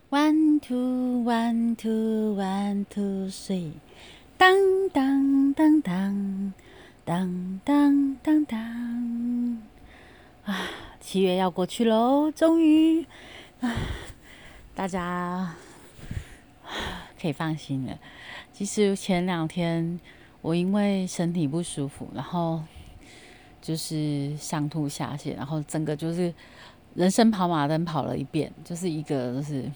One two one two one two three，当当当当当当当当啊！7月要过去喽，终于大家可以放心了。其实前2天我因为身体不舒服，然后就是上吐下泻，然后整个就是人生跑马灯跑了一遍，就是一个就是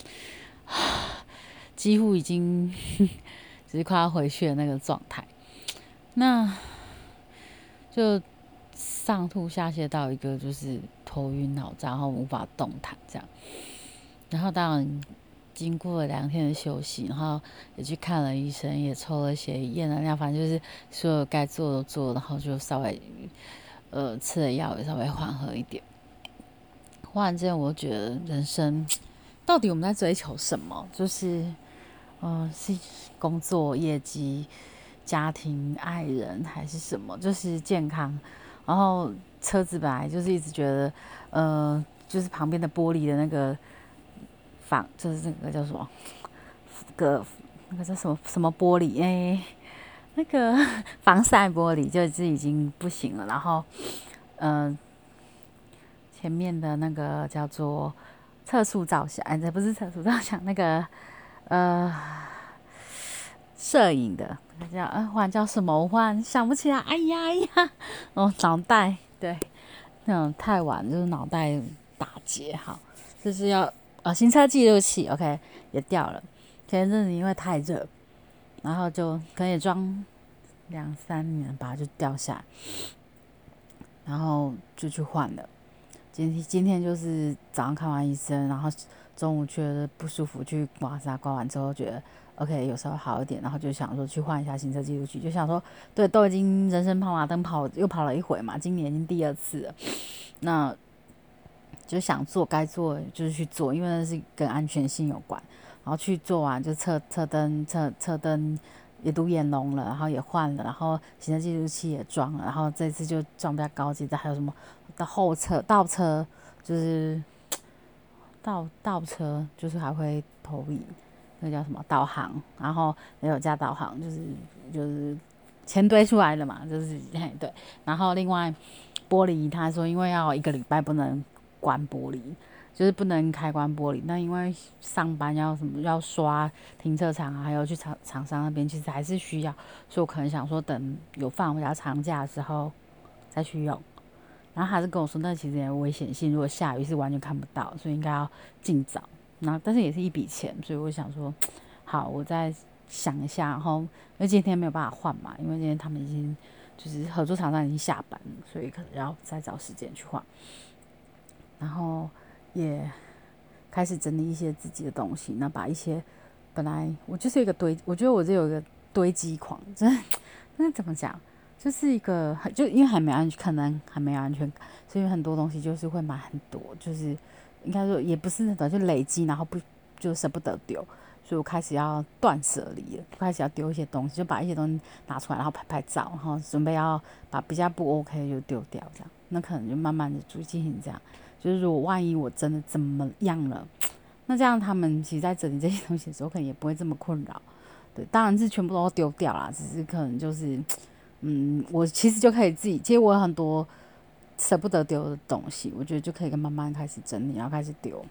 几乎已经只是快要回去的那个状态。那就上吐下泻到一个就是头晕脑胀，然后无法动弹这样。然后当然经过了2天的休息，然后也去看了医生，也抽了血验了尿，反正就是所有该做的做，然后就稍微吃了药也稍微缓和一点。忽然之间，我觉得人生到底我们在追求什么？就是是工作业绩、家庭、爱人，还是什么？就是健康。然后车子本来就是一直觉得，就是旁边的玻璃的那个就是那个叫什么？那个叫什么玻璃？那个防晒玻璃就是已经不行了。然后，呃，前面的那个叫做测速照相，这不是测速照相，那个呃摄影的，那个叫忽然叫什么？我忽然想不起来。哎呀哎呀，脑袋对，那种太晚就是脑袋打结。好，就是要行车记录器 OK 也掉了。前一阵子因为太热，然后就可能也装2-3年吧，就掉下来，然后就去换了。今天就是早上看完医生，然后中午觉得不舒服去刮痧，刮完之后觉得 OK 有稍微好一点，然后就想说去换一下行车记录器，就想说对，都已经人生跑马灯又跑了一回嘛，今年已经第2次了，那就想做该做的就是去做，因为那是跟安全性有关。然后去做完就车灯也读眼笼了，然后也换了，然后行车记录器也装了，然后这次就装比较高级的，还有什么的倒车，就是倒车就是还会投影，那个叫什么导航，然后也有加导航，就是钱堆出来的嘛，就是对。然后另外玻璃，他说因为要1个礼拜不能关玻璃，就是不能开关玻璃。那因为上班要什么要刷停车场啊，还有去厂商那边，其实还是需要，所以我可能想说等有放比较长假的时候再去用。然后他是跟我说，那其实也有危险性，如果下雨是完全看不到，所以应该要尽早。然后但是也是一笔钱，所以我想说，好，我再想一下。然后因为今天没有办法换嘛，因为今天他们已经就是合作厂商已经下班了，所以可能要再找时间去换。然后也开始整理一些自己的东西，那把一些本来我就是一个我觉得我这有一个堆积狂，真的，那怎么讲？就是一个就因为可能还没有安全感，所以很多东西就是会买很多，就是应该说也不是那种就累积，然后就舍不得丢，所以我开始要断舍离了，开始要丢一些东西，就把一些东西拿出来，然后拍照，然后准备要把比较不 OK 就丢掉，这样，那可能就慢慢的进行这样。就是如果万一我真的怎么样了，那这样他们其实在整理这些东西的时候，可能也不会这么困扰。对，当然是全部都丢掉啦，只是可能就是，我其实就可以自己，其实我有很多舍不得丢的东西，我觉得就可以慢慢开始整理，然后开始丢。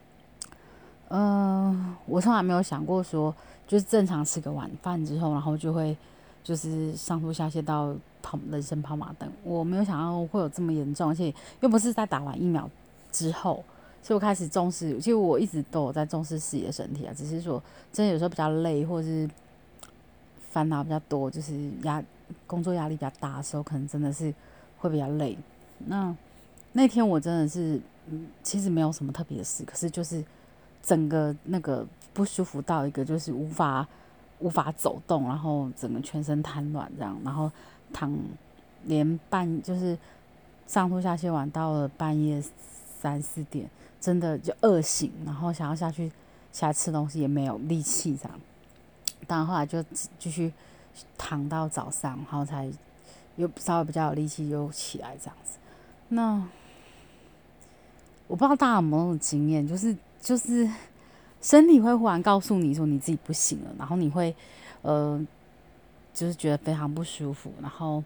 我从来没有想过说，就是正常吃个晚饭之后，然后就会就是上吐下泻到人生跑马灯。我没有想到会有这么严重，而且又不是在打完疫苗之后，所以我开始重视。其实我一直都有在重视自己的身体啊，只是说真的有时候比较累，或者是烦恼比较多，就是工作压力比较大的时候，可能真的是会比较累。那天我真的是，其实没有什么特别的事，可是就是整个那个不舒服到一个就是无法走动，然后整个全身瘫软这样，然后躺连就是上吐下泻完到了半夜3-4点，真的就饿醒，然后想要起来吃东西也没有力气这样，当然后来就继续躺到早上，然后才又稍微比较有力气又起来这样子。那我不知道大家有没有那种经验，就是身体会忽然告诉你说你自己不行了，然后你会就是觉得非常不舒服，然后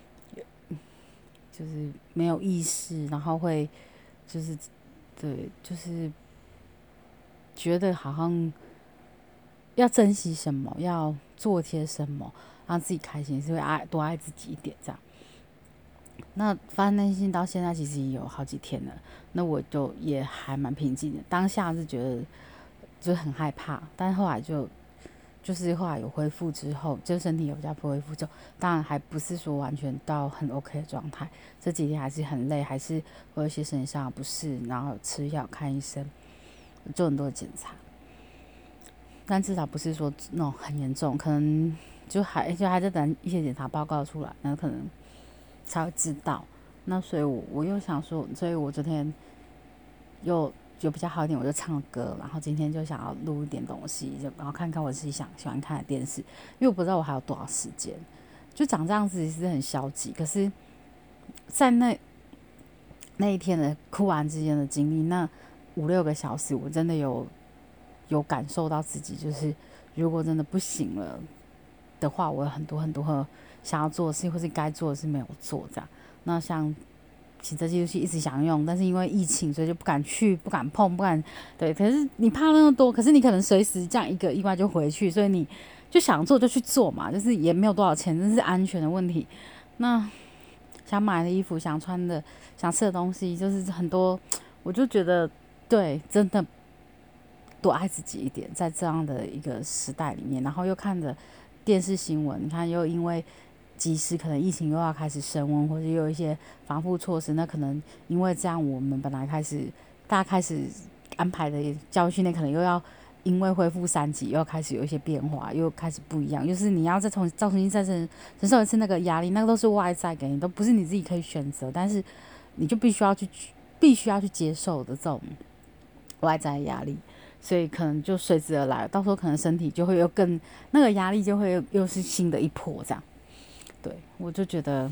就是没有意识，然后会就是对，就是觉得好像要珍惜什么，要做些什么，让自己开心，是会多爱自己一点这样。那发自内心到现在其实也有好几天了，那我就也还蛮平静的。当下是觉得就是很害怕，但是后来就是后来有恢复之后，就身体有比较恢复之后，当然还不是说完全到很 OK 的状态。这几天还是很累，还是会有一些身体上的不适，然后吃药看医生，做很多的检查，但至少不是说那种很严重，可能还在等一些检查报告出来，那可能才会知道。那所以我又想说，所以我昨天又比较好一点，我就唱歌，然后今天就想要录一点东西，然后看看我自己喜欢看的电视，因为我不知道我还有多少时间，就长这样子其实很消极，可是，在那一天的哭完之间的经历，那5、6个小时，我真的有感受到自己，就是如果真的不行了的话，我有很多很多想要做的事，或是该做的事没有做，这样。那像骑车机器一直想用，但是因为疫情，所以就不敢去，不敢碰，不敢对。可是你怕那么多，可是你可能随时这样一个意外就回去，所以你就想做就去做嘛，就是也没有多少钱，这是安全的问题。那想买的衣服、想穿的、想吃的东西，就是很多，我就觉得对，真的多爱自己一点，在这样的一个时代里面，然后又看着电视新闻，你看又因为即使可能疫情又要开始升温，或者又有一些防护措施，那可能因为这样，我们本来大家开始安排的教育训练，可能又要因为恢复3级，又要开始有一些变化，又开始不一样，就是你要重新再承受一次那个压力，那个都是外在给你，都不是你自己可以选择，但是你就必须要去接受的这种外在压力。所以可能就随之而来，到时候可能身体就会有那个压力就会又是新的一波这样。对，我就觉得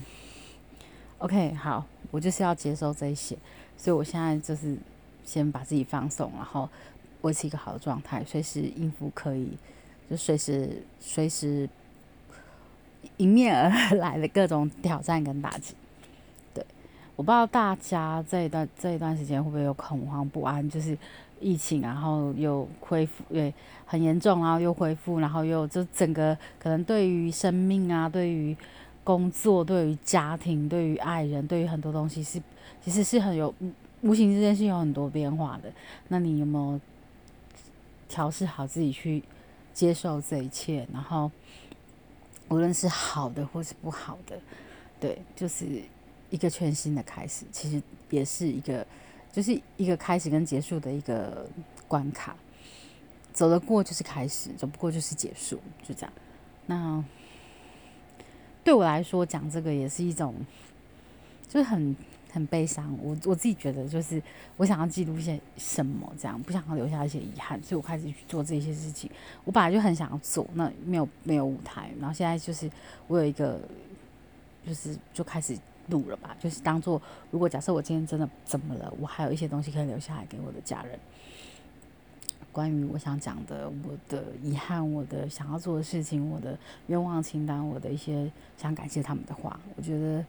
OK 好，我就是要接受这一些，所以我现在就是先把自己放松，然后维持一个好的状态，随时应付可以，就随时迎面而来的各种挑战跟打击。对，我不知道大家这一段时间会不会有恐慌不安，就是疫情，然后又恢复，对，很严重，然后又恢复，然后又就整个可能对于生命啊，对于工作，对于家庭，对于爱人，对于很多东西其实是很有无形之间是有很多变化的。那你有没有调试好自己去接受这一切？然后无论是好的或是不好的，对，就是一个全新的开始，其实也是就是一个开始跟结束的一个关卡。走得过就是开始，走不过就是结束，就这样。那对我来说，讲这个也是一种，就是很悲伤。我自己觉得，就是我想要记录一些什么，这样不想要留下一些遗憾，所以我开始去做这些事情。我本来就很想要做，那没有舞台，然后现在就是我有一个，就开始录了吧，就是当做如果假设我今天真的怎么了，我还有一些东西可以留下来给我的家人。关于我想讲的，我的遗憾，我的想要做的事情，我的愿望清单，我的一些想感谢他们的话，我觉得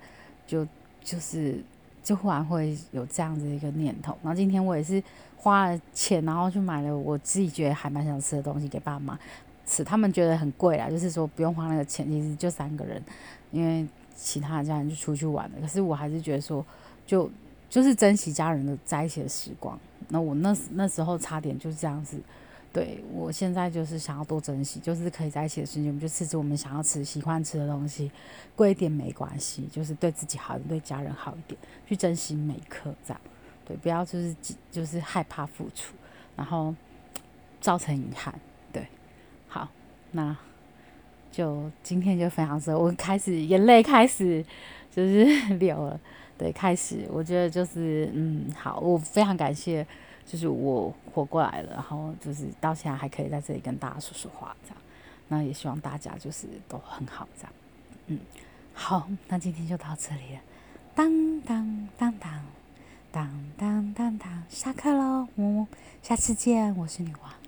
就忽然会有这样子一个念头。然后今天我也是花了钱，然后去买了我自己觉得还蛮想吃的东西给爸妈吃，他们觉得很贵啦，就是说不用花那个钱，其实就3个人，因为其他的家人就出去玩了。可是我还是觉得说，就是珍惜家人的在一起的时光。那我那时候差点就是这样子，对，我现在就是想要多珍惜，就是可以在一起的时间，我们就吃我们想要吃、喜欢吃的东西，贵一点没关系，就是对自己好一点，对家人好一点，去珍惜每一刻，这样，对，不要就是害怕付出，然后造成遗憾，对，好，那就今天就分享这，我眼泪开始就是流了。对，开始我觉得就是好，我非常感谢，就是我活过来了，然后就是到现在还可以在这里跟大家说说话，这样，那也希望大家就是都很好，这样，好，那今天就到这里了，当当当当当当当当，下课喽，下次见，我是女王。